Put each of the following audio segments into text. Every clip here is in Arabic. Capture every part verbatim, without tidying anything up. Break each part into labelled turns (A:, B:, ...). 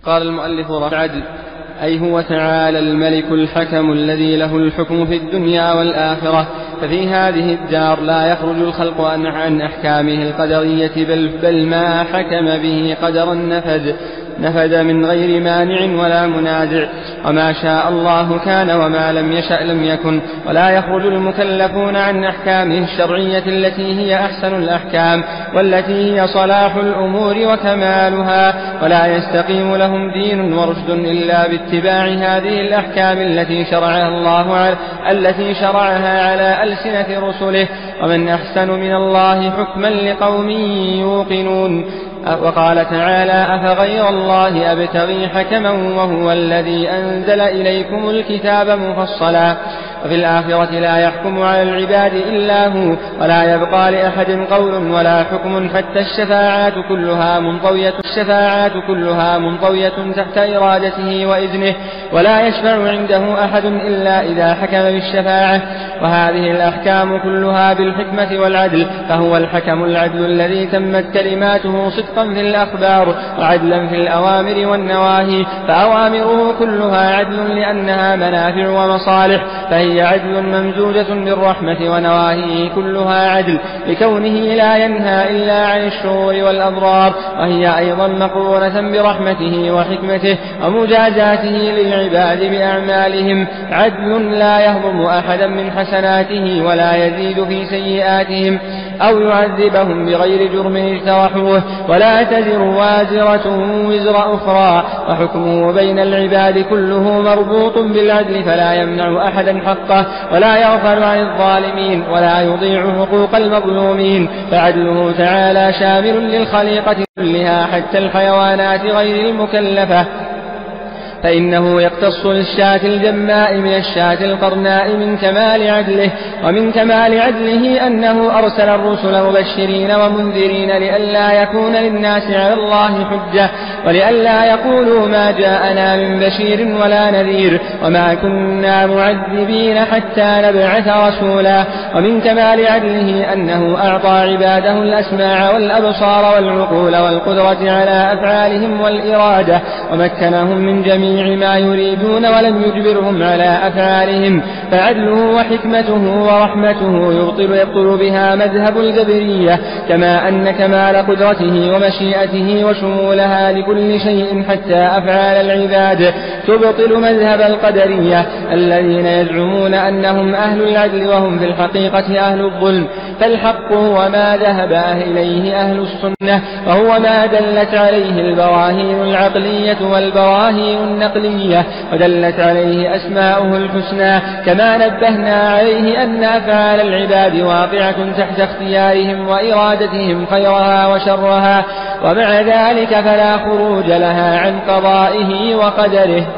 A: قال المؤلف رحمه العدل أي هو تعالى الملك الحكم الذي له الحكم في الدنيا والآخرة، ففي هذه الدار لا يخرج الخلق عن أحكامه القدرية بل, بل ما حكم به قدرا نفذ نفذ من غير مانع ولا منازع، وما شاء الله كان وما لم يشأ لم يكن. ولا يخرج المكلفون عن أحكامه الشرعية التي هي أحسن الأحكام والتي هي صلاح الأمور وكمالها، ولا يستقيم لهم دين ورشد إلا باتباع هذه الأحكام التي شرعها الله على التي شرعها على ألسنة رسله. ومن أحسن من الله حكما لقوم يوقنون. وقال تعالى أفغير الله أبتغي حكما وهو الذي أنزل إليكم الكتاب مفصلا. وفي الآخرة لا يحكم على العباد إلا هو، ولا يبقى لأحد قول ولا حكم حتى الشفاعات كلها منطوية الشفاعات كلها منطوية تحت إرادته وإذنه، ولا يشفع عنده أحد إلا إذا حكم بالشفاعة. وهذه الأحكام كلها بالحكمة والعدل، فهو الحكم العدل الذي تمت كلماته صدقا في الأخبار وعدلا في الأوامر والنواهي، فأوامره كلها عدل لأنها منافع ومصالح، فهي عدل ممزوجة بالرحمة، ونواهيه كلها عدل لكونه لا ينهى إلا عن الشرور والأضرار، وهي أيضا مقرونة برحمته وحكمته ومجازاته للعباد بأعمالهم، عدل لا يهضم أحدا من حسناته ولا يزيد في سيئاتهم أو يعذبهم بغير جرم اجترحوه، ولا تزر وازرة وزر أخرى، وحكمه بين العباد كله مربوط بالعدل، فلا يمنع أحدا حقه ولا يغفل عن الظالمين ولا يضيع حقوق المظلومين، فعدله تعالى شامل للخليقة كلها حتى الحيوانات غير المكلفة، فإنه يقتص للشاة الجماء من الشاة القرناء من كمال عدله. ومن كمال عدله أنه أرسل الرسل مبشرين ومنذرين لئلا يكون للناس على الله حجة، ولئلا يقولوا ما جاءنا من بشير ولا نذير، وما كنا معذبين حتى نبعث رسولا. ومن كمال عدله أنه أعطى عباده الأسماع والأبصار والعقول والقدرة على أفعالهم والإرادة، ومكنهم من جميع ما يريدون ولم يجبرهم على أفعالهم، فعدله وحكمته ورحمته يبطل يبطل بها مذهب الجبرية، كما أن كمال قدرته ومشيئته وشمولها لكل شيء حتى أفعال العباد تبطل مذهب القدرية الذين يزعمون أنهم أهل العدل وهم في الحقيقة أهل الظلم. فالحق هو ما ذهب إليه أهل السنة، وهو ما دلت عليه البراهين العقلية والبراهين النقلية، ودلت عليه أسماؤه الحسنى، كما نبهنا عليه أن أفعال العباد واقعة تحت اختيارهم وإرادتهم خيرها وشرها، ومع ذلك فلا خروج لها عن قضائه وقدره.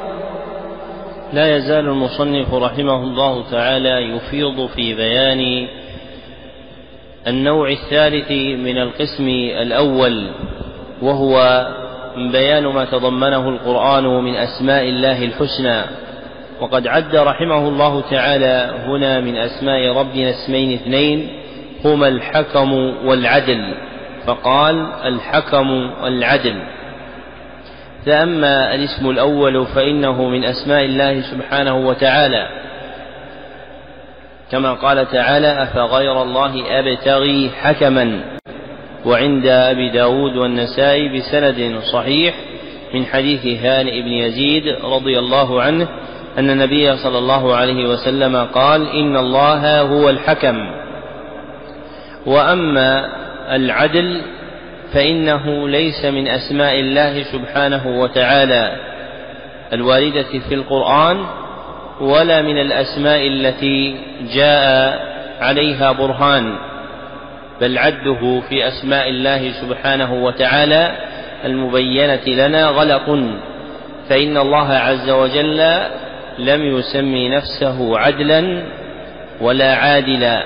B: لا يزال المصنف رحمه الله تعالى يفيض في بيان النوع الثالث من القسم الأول، وهو بيان ما تضمنه القرآن من أسماء الله الحسنى. وقد عد رحمه الله تعالى هنا من أسماء ربنا اسمين اثنين هما الحكم والعدل، فقال الحكم والعدل. فأما الاسم الأول فإنه من أسماء الله سبحانه وتعالى، كما قال تعالى أفغير الله أبتغي حكما. وعند أبي داود والنسائي بسند صحيح من حديث هانئ بن يزيد رضي الله عنه أن النبي صلى الله عليه وسلم قال إن الله هو الحكم. وأما العدل فإنه ليس من أسماء الله سبحانه وتعالى الواردة في القرآن، ولا من الأسماء التي جاء عليها برهان، بل عده في أسماء الله سبحانه وتعالى المبينة لنا غلط، فإن الله عز وجل لم يسمي نفسه عدلا ولا عادلا.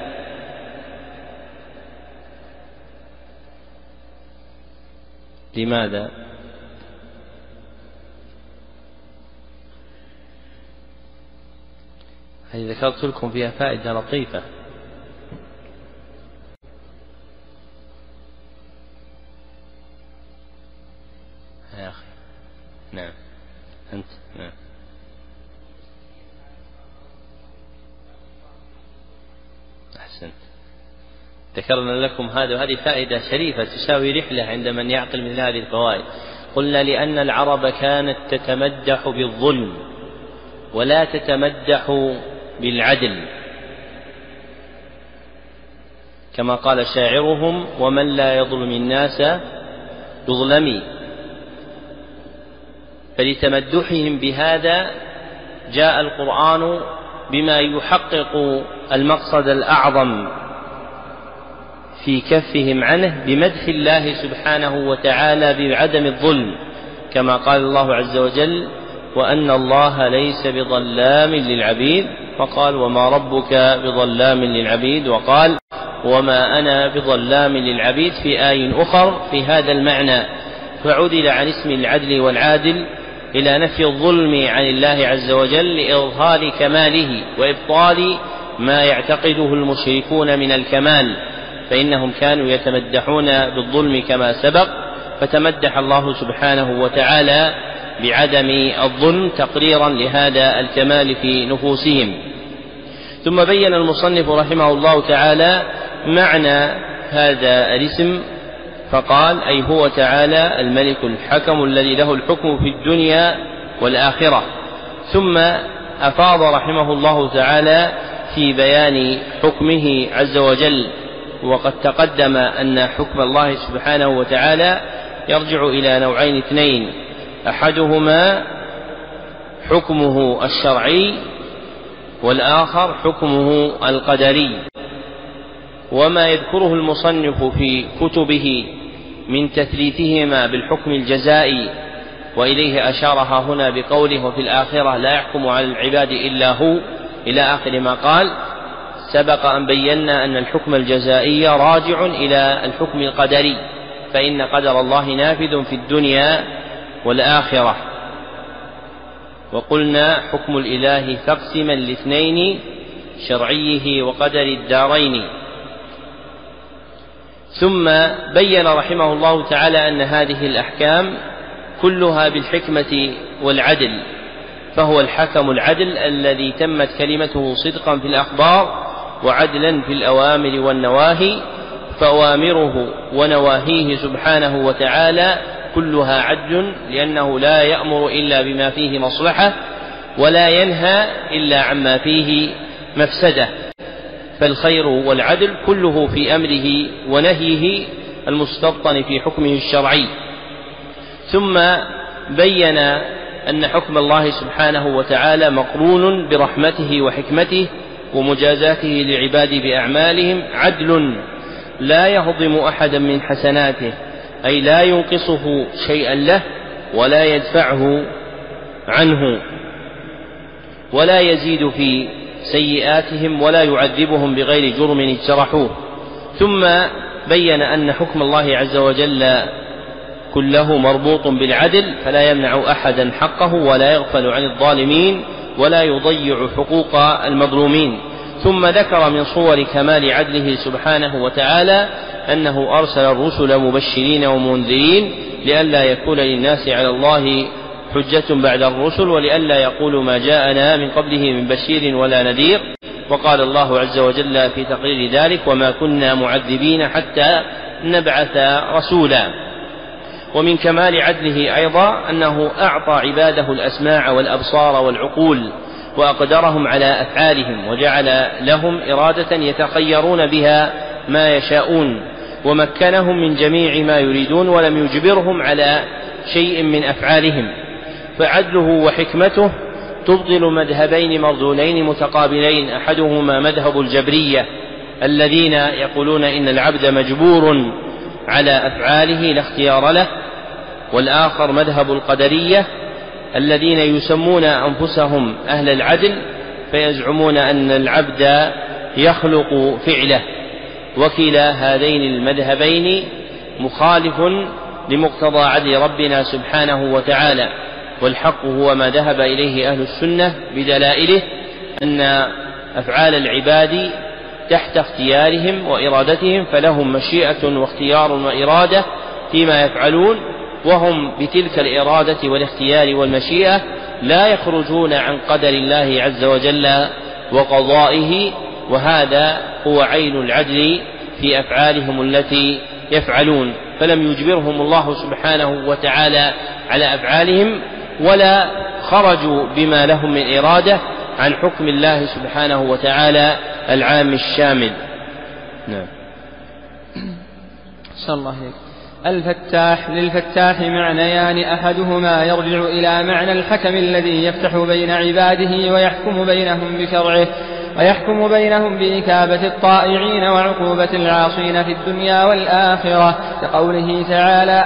B: لماذا؟ هذه ذكرت لكم فيها فائدة لطيفة. يا أخي نعم. أنت نعم. أحسنت. ذكرنا لكم هذا، وهذه فائدة شريفة تساوي رحلة عند من يعقل مثل هذه الفوائد. قلنا لأن العرب كانت تتمدح بالظلم ولا تتمدح بالعدل، كما قال شاعرهم: ومن لا يظلم الناس يظلمي. فلتمدحهم بهذا جاء القرآن بما يحقق المقصد الأعظم في كفهم عنه بمدح الله سبحانه وتعالى بعدم الظلم، كما قال الله عز وجل: وأن الله ليس بظلام للعبيد، وقال: وما ربك بظلام للعبيد، وقال: وما أنا بظلام للعبيد في آي أخر في هذا المعنى. فعدل عن اسم العدل والعادل إلى نفي الظلم عن الله عز وجل لإظهار كماله وإبطال ما يعتقده المشركون من الكمال، فإنهم كانوا يتمدحون بالظلم كما سبق، فتمدح الله سبحانه وتعالى بعدم الظلم تقريرا لهذا الكمال في نفوسهم. ثم بين المصنف رحمه الله تعالى معنى هذا الاسم فقال: أي هو تعالى الملك الحكم الذي له الحكم في الدنيا والآخرة. ثم أفاض رحمه الله تعالى في بيان حكمه عز وجل، وقد تقدم أن حكم الله سبحانه وتعالى يرجع إلى نوعين اثنين: أحدهما حكمه الشرعي، والآخر حكمه القدري. وما يذكره المصنف في كتبه من تثليثهما بالحكم الجزائي، وإليه أشارها هنا بقوله: وفي الآخرة لا يحكم على العباد إلا هو، إلى آخر ما قال. سبق أن بينا أن الحكم الجزائي راجع إلى الحكم القدري، فإن قدر الله نافذ في الدنيا والآخرة. وقلنا حكم الإله تقسما لاثنين: شرعيه وقدر الدارين. ثم بين رحمه الله تعالى أن هذه الأحكام كلها بالحكمة والعدل، فهو الحكم العدل الذي تمت كلمته صدقا في الأخبار وعدلا في الأوامر والنواهي، فأوامره ونواهيه سبحانه وتعالى كلها عدل، لأنه لا يأمر إلا بما فيه مصلحة ولا ينهى إلا عما فيه مفسدة، فالخير والعدل كله في أمره ونهيه المستبطن في حكمه الشرعي. ثم بين أن حكم الله سبحانه وتعالى مقرون برحمته وحكمته ومجازاته لعباده بأعمالهم، عدل لا يهضم أحدا من حسناته، أي لا ينقصه شيئا له ولا يدفعه عنه، ولا يزيد في سيئاتهم ولا يعذبهم بغير جرم اجترحوه. ثم بين أن حكم الله عز وجل كله مربوط بالعدل، فلا يمنع أحدا حقه ولا يغفل عن الظالمين ولا يضيع حقوق المظلومين. ثم ذكر من صور كمال عدله سبحانه وتعالى أنه أرسل الرسل مبشرين ومنذرين لئلا يكون للناس على الله حجة بعد الرسل، ولئلا يقولوا ما جاءنا من قبله من بشير ولا نذير. وقال الله عز وجل في تقرير ذلك: وما كنا معذبين حتى نبعث رسولا. ومن كمال عدله أيضا أنه أعطى عباده الأسماع والأبصار والعقول، وأقدرهم على أفعالهم، وجعل لهم إرادة يتخيرون بها ما يشاءون، ومكنهم من جميع ما يريدون ولم يجبرهم على شيء من أفعالهم. فعدله وحكمته تبطل مذهبين مردودين متقابلين: أحدهما مذهب الجبرية الذين يقولون إن العبد مجبور على أفعاله لا اختيار له، والآخر مذهب القدرية الذين يسمون أنفسهم أهل العدل، فيزعمون أن العبد يخلق فعله. وكلا هذين المذهبين مخالف لمقتضى عدل ربنا سبحانه وتعالى، والحق هو ما ذهب إليه أهل السنة بدلائله، أن أفعال العباد تحت اختيارهم وإرادتهم، فلهم مشيئة واختيار وإرادة فيما يفعلون، وهم بتلك الإرادة والاختيار والمشيئة لا يخرجون عن قدر الله عز وجل وقضائه، وهذا هو عين العدل في أفعالهم التي يفعلون، فلم يجبرهم الله سبحانه وتعالى على أفعالهم ولا خرجوا بما لهم من إرادة عن حكم الله سبحانه وتعالى العام الشامل. نعم.
A: صلى الله عليه. الفتاح للفتاح معنيان، أحدهما يرجع إلى معنى الحكم الذي يفتح بين عباده ويحكم بينهم بشرعه، ويحكم بينهم بإكابة الطائعين وعقوبة العاصين في الدنيا والآخرة، كقوله تعالى: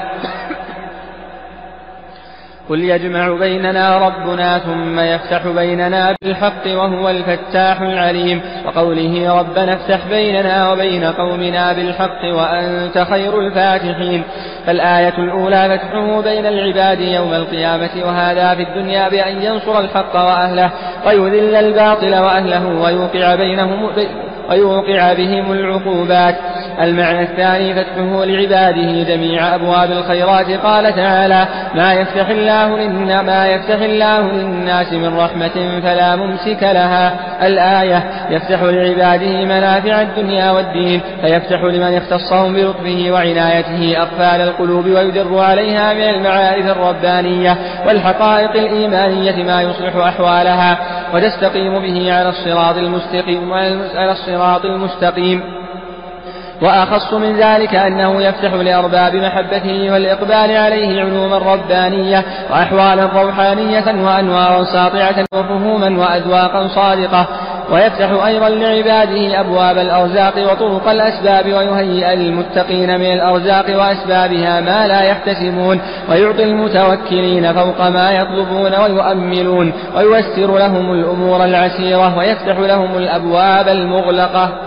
A: قل يجمع بيننا ربنا ثم يفتح بيننا بالحق وهو الفتاح العليم، وقوله ربنا افتح بيننا وبين قومنا بالحق وأنت خير الفاتحين. فالآية الأولى فتحه بين العباد يوم القيامة، وهذا في الدنيا بأن ينصر الحق وأهله ويذل الباطل وأهله ويوقع بينهم ويوقع بهم العقوبات. المعنى الثاني فتحه لعباده جميع أبواب الخيرات، قال تعالى: ما يفتح الله للناس, ما يفتح الله للناس من رحمة فلا ممسك لها. الآية: يفتح لعباده منافع الدنيا والدين، فيفتح لمن يختصهم بلطفه وعنايته أقفال القلوب ويدر عليها من المعارف الربانية والحقائق الإيمانية ما يصلح أحوالها وتستقيم به على الصراط المستقيم, على الصراط المستقيم. وأخص من ذلك أنه يفتح لأرباب محبته والإقبال عليه علوما ربانية وأحوالا روحانية وأنوارا ساطعة وفهوما وأذواقا صادقة. ويفتح أيضا لعباده أبواب الأرزاق وطرق الأسباب، ويهيئ للمتقين من الأرزاق وأسبابها ما لا يحتسبون، ويعطي المتوكلين فوق ما يطلبون ويؤملون، وييسر لهم الأمور العسيرة، ويفتح لهم الأبواب المغلقة.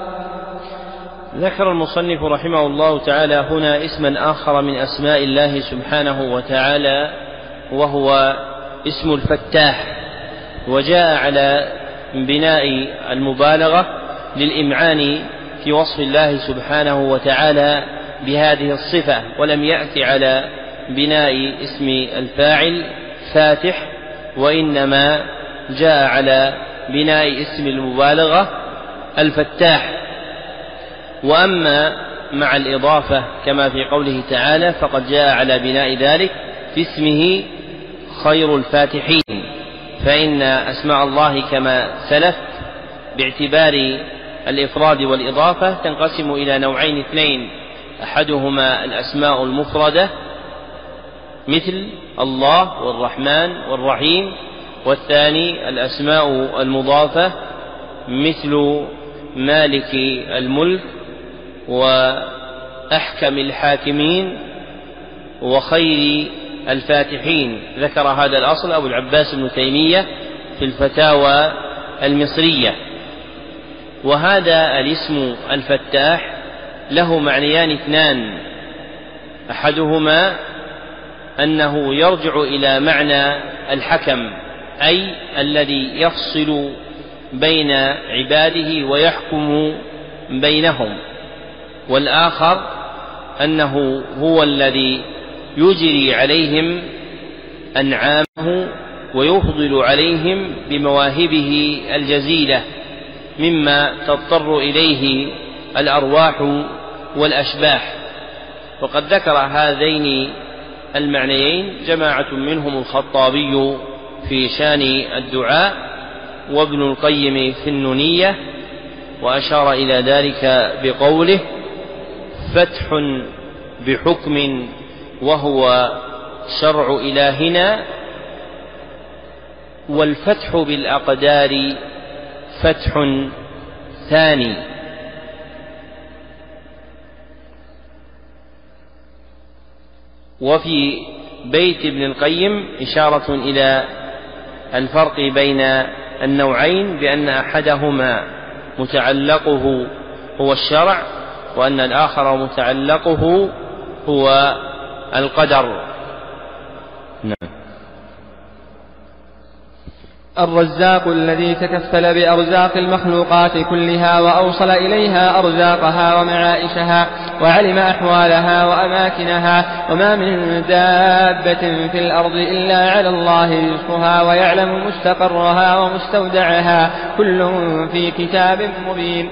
B: ذكر المصنف رحمه الله تعالى هنا اسما آخر من أسماء الله سبحانه وتعالى، وهو اسم الفتاح، وجاء على بناء المبالغة للإمعان في وصف الله سبحانه وتعالى بهذه الصفة، ولم يأتي على بناء اسم الفاعل فاتح، وإنما جاء على بناء اسم المبالغة الفتاح. وأما مع الإضافة كما في قوله تعالى فقد جاء على بناء ذلك في اسمه خير الفاتحين، فإن أسماء الله كما سلف باعتبار الإفراد والإضافة تنقسم إلى نوعين اثنين: أحدهما الأسماء المفردة مثل الله والرحمن والرحيم، والثاني الأسماء المضافة مثل مالك الملك وأحكم الحاكمين وخير الفاتحين. ذكر هذا الأصل أبو العباس ابن تيمية في الفتاوى المصرية. وهذا الاسم الفتاح له معنيان اثنان: أحدهما أنه يرجع إلى معنى الحكم، أي الذي يفصل بين عباده ويحكم بينهم، والآخر أنه هو الذي يجري عليهم أنعامه ويفضل عليهم بمواهبه الجزيلة مما تضطر إليه الأرواح والأشباح. وقد ذكر هذين المعنيين جماعة منهم الخطابي في شان الدعاء، وابن القيم في النونية، وأشار إلى ذلك بقوله: فتح بحكم وهو شرع إلهنا، والفتح بالأقدار فتح ثاني. وفي بيت ابن القيم إشارة إلى الفرق بين النوعين، بأن أحدهما متعلقه هو الشرع، وأن الآخر متعلقه هو القدر. نعم.
A: الرزاق الذي تكفل بأرزاق المخلوقات كلها وأوصل إليها أرزاقها ومعائشها، وعلم أحوالها وأماكنها. وما من دابة في الأرض إلا على الله رزقها ويعلم مستقرها ومستودعها كل في كتاب مبين.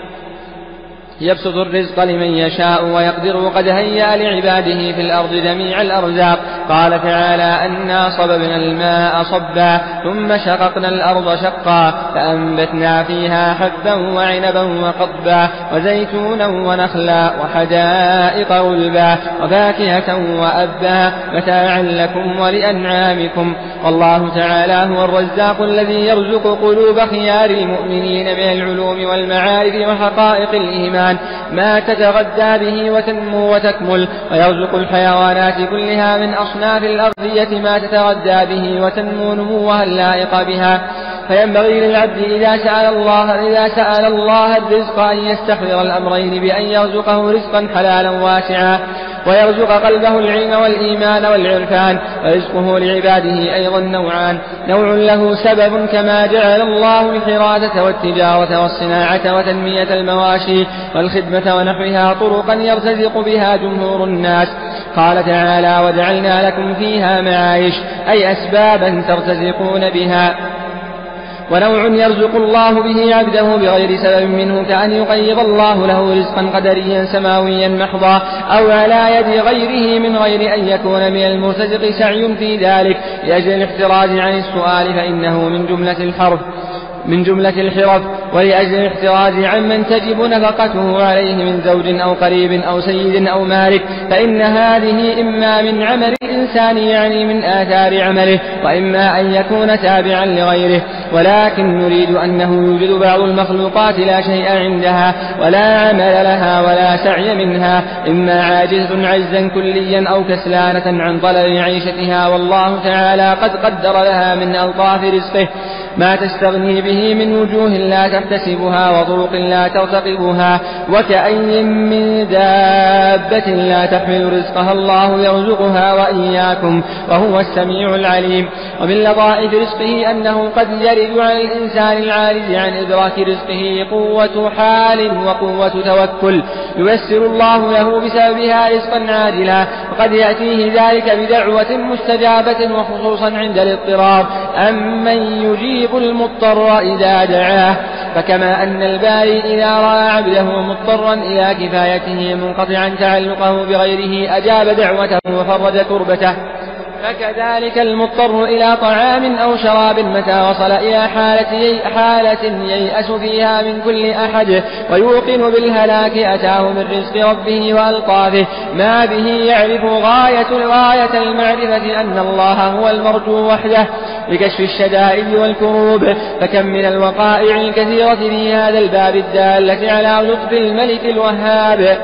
A: يبسط الرزق لمن يشاء ويقدر وقد هيأ لعباده في الأرض جميع الأرزاق. قال تعالى أنا صببنا الماء صبا ثم شققنا الأرض شقا فأنبتنا فيها حبا وعنبا وقضبا وزيتونا ونخلا وحدائق غلبا وفاكهة وأبا متاعا لكم ولأنعامكم. والله تعالى هو الرزاق الذي يرزق قلوب خيار المؤمنين من العلوم والمعارف وحقائق الإيمان ما تتغذى به وتنمو وتكمل، ويرزق الحيوانات كلها من أصناف الأرضية ما تتغذى به وتنمو نموها اللائق بها. فينبغي للعبد إذا سأل الله إذا سأل الله الرزق أن يستحضر الأمرين بأن يرزقه رزقا حلالا واسعا ويرزق قلبه العلم والإيمان والعرفان. ورزقه لعباده أيضا نوعان: نوع له سبب كما جعل الله الحراثة والتجارة والصناعة وتنمية المواشي والخدمة ونحوها طرقا يرتزق بها جمهور الناس. قال تعالى وجعلنا لكم فيها معايش أي أسبابا ترتزقون بها. ونوع يرزق الله به عبده بغير سبب منه كأن يقيض الله له رزقا قدريا سماويا محضا أو على يد غيره من غير أن يكون من المرتزق سعي في ذلك لأجل الاحتراز عن السؤال فإنه من جملة الحرف من جملة الحرف ولأجل الاحتراز عمن تجب نفقته عليه من زوج أو قريب أو سيد أو مالك فإن هذه إما من عمل الإنسان يعني من آثار عمله وإما أن يكون تابعا لغيره. ولكن نريد أنه يوجد بعض المخلوقات لا شيء عندها ولا عمل لها ولا سعي منها إما عاجزة عجزا كليا أو كسلانة عن طلب عيشتها والله تعالى قد قدر لها من ألطاف رزقه ما تستغني به من وجوه لا تحتسبها وطرق لا ترتقبها. وكأي من دابة لا تحمل رزقها الله يرزقها وإياكم وهو السميع العليم. ومن لطائف رزقه أنه قد يرد على الإنسان العاجز عن إدراك رزقه قوة حال وقوة توكل ييسر الله له بسببها رزقا عاجلا وقد يأتيه ذلك بدعوة مستجابة وخصوصا عند الاضطرار أمن يجيب المضطر إذا دعاه. فكما أن الباري إذا رأى عبده مضطرا إلى كفايته منقطعا تعلقه بغيره أجاب دعوته وفرج كربته فكذلك المضطر إلى طعام أو شراب متى وصل إلى حالة, حالة ييأس فيها من كل أحد ويوقن بالهلاك أتاه من رزق ربه وألطافه ما به يعرف غاية, غاية المعرفة أن الله هو المرجو وحده بكشف الشدائد والكروب. فكم من الوقائع الكثيرة في هذا الباب الدالة على لطف الملك الوهاب.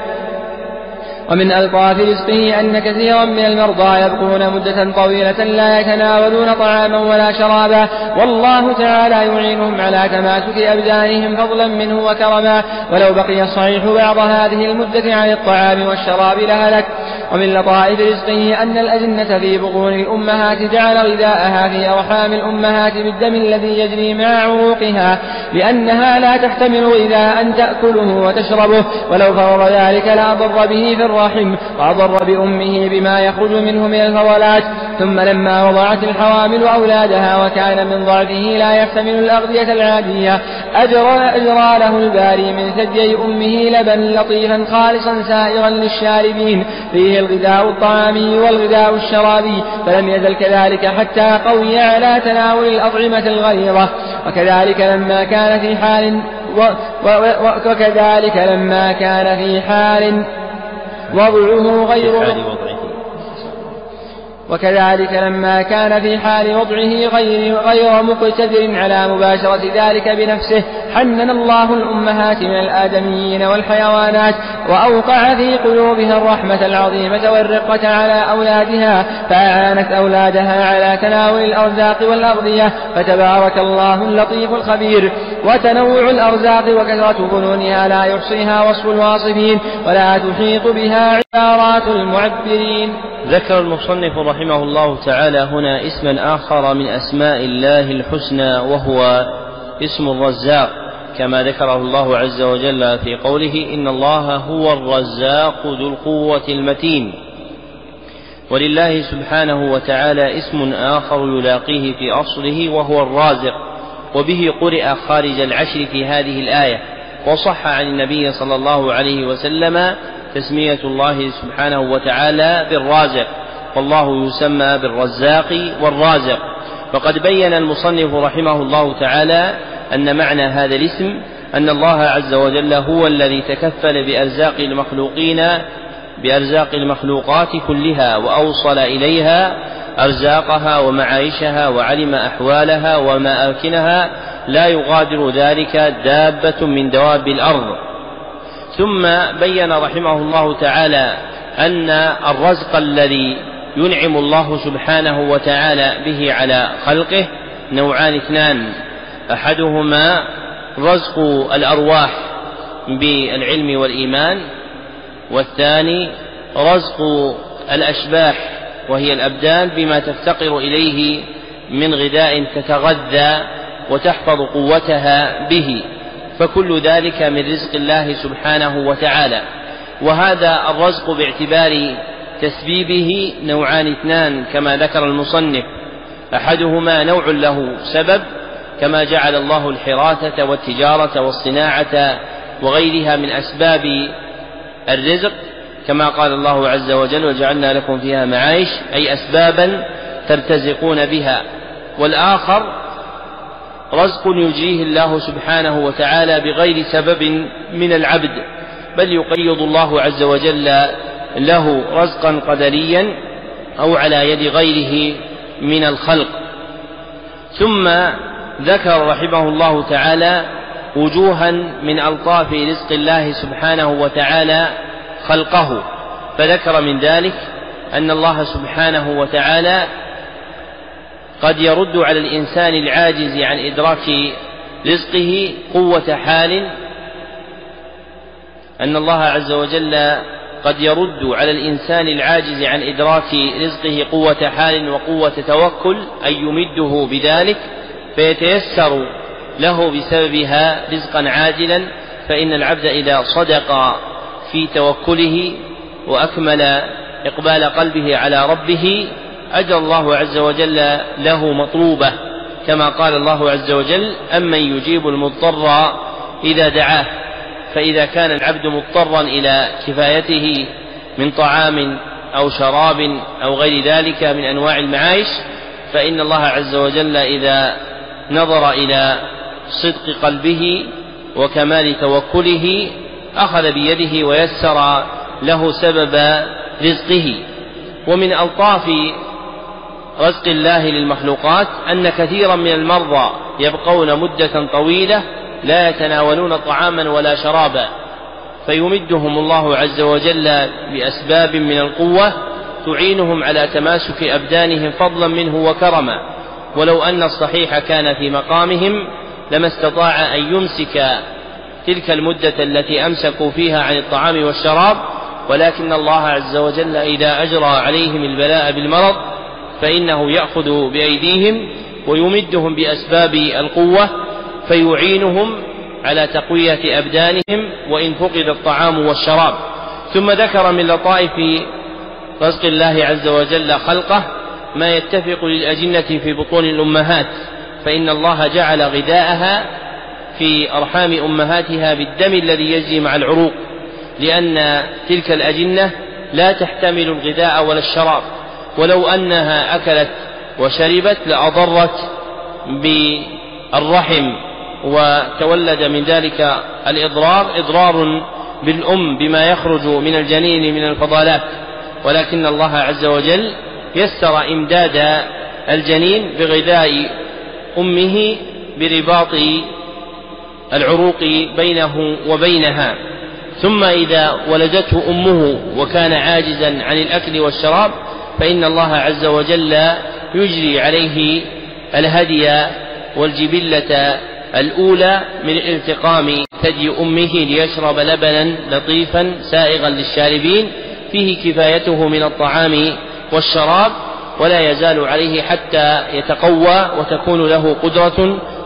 A: ومن ألطاف رزقه أن كثيرا من المرضى يبقون مدة طويلة لا يتناولون طعاما ولا شرابا والله تعالى يعينهم على تماسك أبدانهم فضلا منه وكرما ولو بقي الصحيح بعض هذه المدة عن الطعام والشراب لهلك. ومن لطائف رزقه أن الأجنة في بطون الأمهات جعل غذاءها في أرحام الأمهات بالدم الذي يجري مع عروقها لأنها لا تحتمل غذاء تأكله وتشربه ولو فرض ذلك لأضر به في الرحم وأضر بأمه بما يخرج منه من الفضلات. ثم لما وضعت الحوامل أولادها وكان من ضعفه لا يحتمل الأغذية العادية أجرى, أجرى له الباري من ثديي أمه لبن لطيفا خالصا سائغا للشاربين فيه الغذاء الطعامي والغذاء الشرابي فلم يزل كذلك حتى قوي على تناول الأطعمة الغليظة. وكذلك لما كان في حال و و وكذلك لما كان في حال وضعه غير وكذلك لما كان في حال وضعه غير, غير مقتدر على مباشرة ذلك بنفسه حنن الله الأمهات من الآدميين والحيوانات وأوقع في قلوبها الرحمة العظيمة والرقة على أولادها فأعانت أولادها على تناول الأرزاق والأغذية فتبارك الله اللطيف الخبير. وتنوع الأرزاق وكثرة فنونها لا يحصيها وصف الواصفين ولا تحيط بها عبارات المعبرين.
B: ذكر المصنف رحمه الله تعالى هنا اسما آخر من أسماء الله الحسنى وهو اسم الرزاق كما ذكره الله عز وجل في قوله إن الله هو الرزاق ذو القوة المتين. ولله سبحانه وتعالى اسم آخر يلاقيه في أصله وهو الرازق، وبه قرئ خارج العشر في هذه الآية، وصح عن النبي صلى الله عليه وسلم تسمية الله سبحانه وتعالى بالرازق، والله يسمى بالرزاق والرازق. فقد بين المصنف رحمه الله تعالى أن معنى هذا الاسم أن الله عز وجل هو الذي تكفل بأرزاق المخلوقين بأرزاق المخلوقات كلها، وأوصل إليها أرزاقها ومعايشها، وعلم أحوالها ومآكنها، لا يغادر ذلك دابة من دواب الأرض. ثم بين رحمه الله تعالى أن الرزق الذي ينعم الله سبحانه وتعالى به على خلقه نوعان اثنان، أحدهما رزق الأرواح بالعلم والإيمان، والثاني رزق الأشباح وهي الأبدان بما تفتقر إليه من غذاء تتغذى وتحفظ قوتها به، فكل ذلك من رزق الله سبحانه وتعالى. وهذا الرزق باعتبار تسبيبه نوعان اثنان كما ذكر المصنف، أحدهما نوع له سبب كما جعل الله الحراثة والتجارة والصناعة وغيرها من أسباب الرزق، كما قال الله عز وجل وجعلنا لكم فيها معايش، أي أسبابا ترتزقون بها. والآخر رزق يجريه الله سبحانه وتعالى بغير سبب من العبد، بل يقيض الله عز وجل له رزقا قدريا أو على يد غيره من الخلق. ثم ذكر رحمه الله تعالى وجوها من ألطاف رزق الله سبحانه وتعالى خلقه، فذكر من ذلك أن الله سبحانه وتعالى قد يرد على الإنسان العاجز عن إدراك رزقه قوة حال أن الله عز وجل قد يرد على الإنسان العاجز عن إدراك رزقه قوة حال وقوة توكل أن يمده بذلك فيتيسر له بسببها رزقا عاجلا. فإن العبد إذا صدق في توكله وأكمل إقبال قلبه على ربه أجرى الله عز وجل له مطلوبه، كما قال الله عز وجل أمن يجيب المضطر إذا دعاه. فإذا كان العبد مضطرا إلى كفايته من طعام أو شراب أو غير ذلك من أنواع المعايش، فإن الله عز وجل إذا نظر إلى صدق قلبه وكمال توكله أخذ بيده ويسر له سبب رزقه. ومن ألطاف رزق الله للمخلوقات أن كثيرا من المرضى يبقون مدة طويلة لا يتناولون طعاما ولا شرابا، فيمدهم الله عز وجل بأسباب من القوة تعينهم على تماسك أبدانهم فضلا منه وكرما. ولو أن الصحيح كان في مقامهم لما استطاع أن يمسك تلك المدة التي أمسكوا فيها عن الطعام والشراب، ولكن الله عز وجل إذا أجرى عليهم البلاء بالمرض فإنه يأخذ بأيديهم ويمدهم بأسباب القوة فيعينهم على تقوية أبدانهم وإن فقد الطعام والشراب. ثم ذكر من لطائف رزق الله عز وجل خلقه ما يتفق للأجنة في بطون الأمهات، فإن الله جعل غذاءها في أرحام أمهاتها بالدم الذي يجري مع العروق، لأن تلك الأجنة لا تحتمل الغذاء ولا الشراب، ولو أنها أكلت وشربت لأضرت بالرحم وتولد من ذلك الإضرار إضرار بالأم بما يخرج من الجنين من الفضلات. ولكن الله عز وجل يسر إمداد الجنين بغذاء أمه برباط العروق بينه وبينها. ثم إذا ولدته أمه وكان عاجزا عن الأكل والشراب فإن الله عز وجل يجري عليه الهدي والجبلة الأولى من التقام ثدي أمه ليشرب لبنا لطيفا سائغا للشاربين فيه كفايته من الطعام والشراب، ولا يزال عليه حتى يتقوى وتكون له قدرة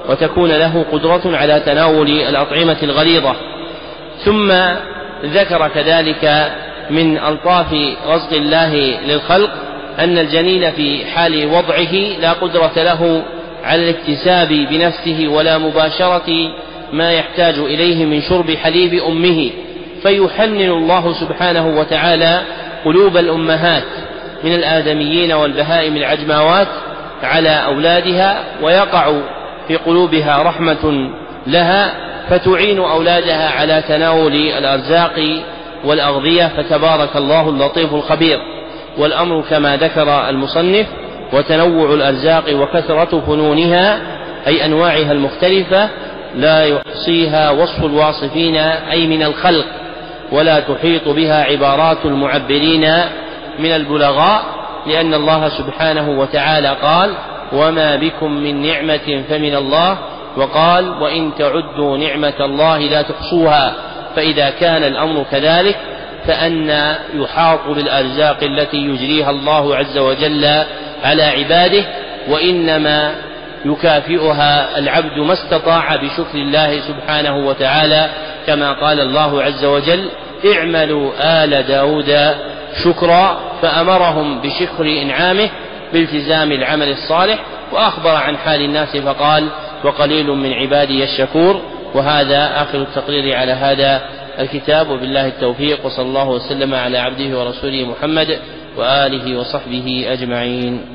B: وتكون له قدرة على تناول الأطعمة الغليظة. ثم ذكر كذلك من ألطاف رزق الله للخلق أن الجنين في حال وضعه لا قدرة له على الاكتساب بنفسه ولا مباشرة ما يحتاج إليه من شرب حليب أمه، فيحنن الله سبحانه وتعالى قلوب الأمهات من الآدميين والبهائم العجماوات على أولادها، ويقع في قلوبها رحمة لها فتعين أولادها على تناول الأرزاق والأغذية، فتبارك الله اللطيف الخبير. والأمر كما ذكر المصنف: وتنوع الأرزاق وكثرة فنونها أي أنواعها المختلفة لا يحصيها وصف الواصفين أي من الخلق، ولا تحيط بها عبارات المعبرين من البلغاء، لأن الله سبحانه وتعالى قال: وما بكم من نعمة فمن الله، وقال: وإن تعدوا نعمة الله لا تحصوها. فإذا كان الأمر كذلك فأن يحاط بالأرزاق التي يجريها الله عز وجل على عباده، وإنما يكافئها العبد ما استطاع بشكر الله سبحانه وتعالى، كما قال الله عز وجل: اعملوا آل داود شكرا، فأمرهم بشكر إنعامه بالتزام العمل الصالح، وأخبر عن حال الناس فقال: وقليل من عبادي الشكور. وهذا آخر التقرير على هذا الكتاب، وبالله التوفيق، وصلى الله وسلم على عبده ورسوله محمد وآله وصحبه أجمعين.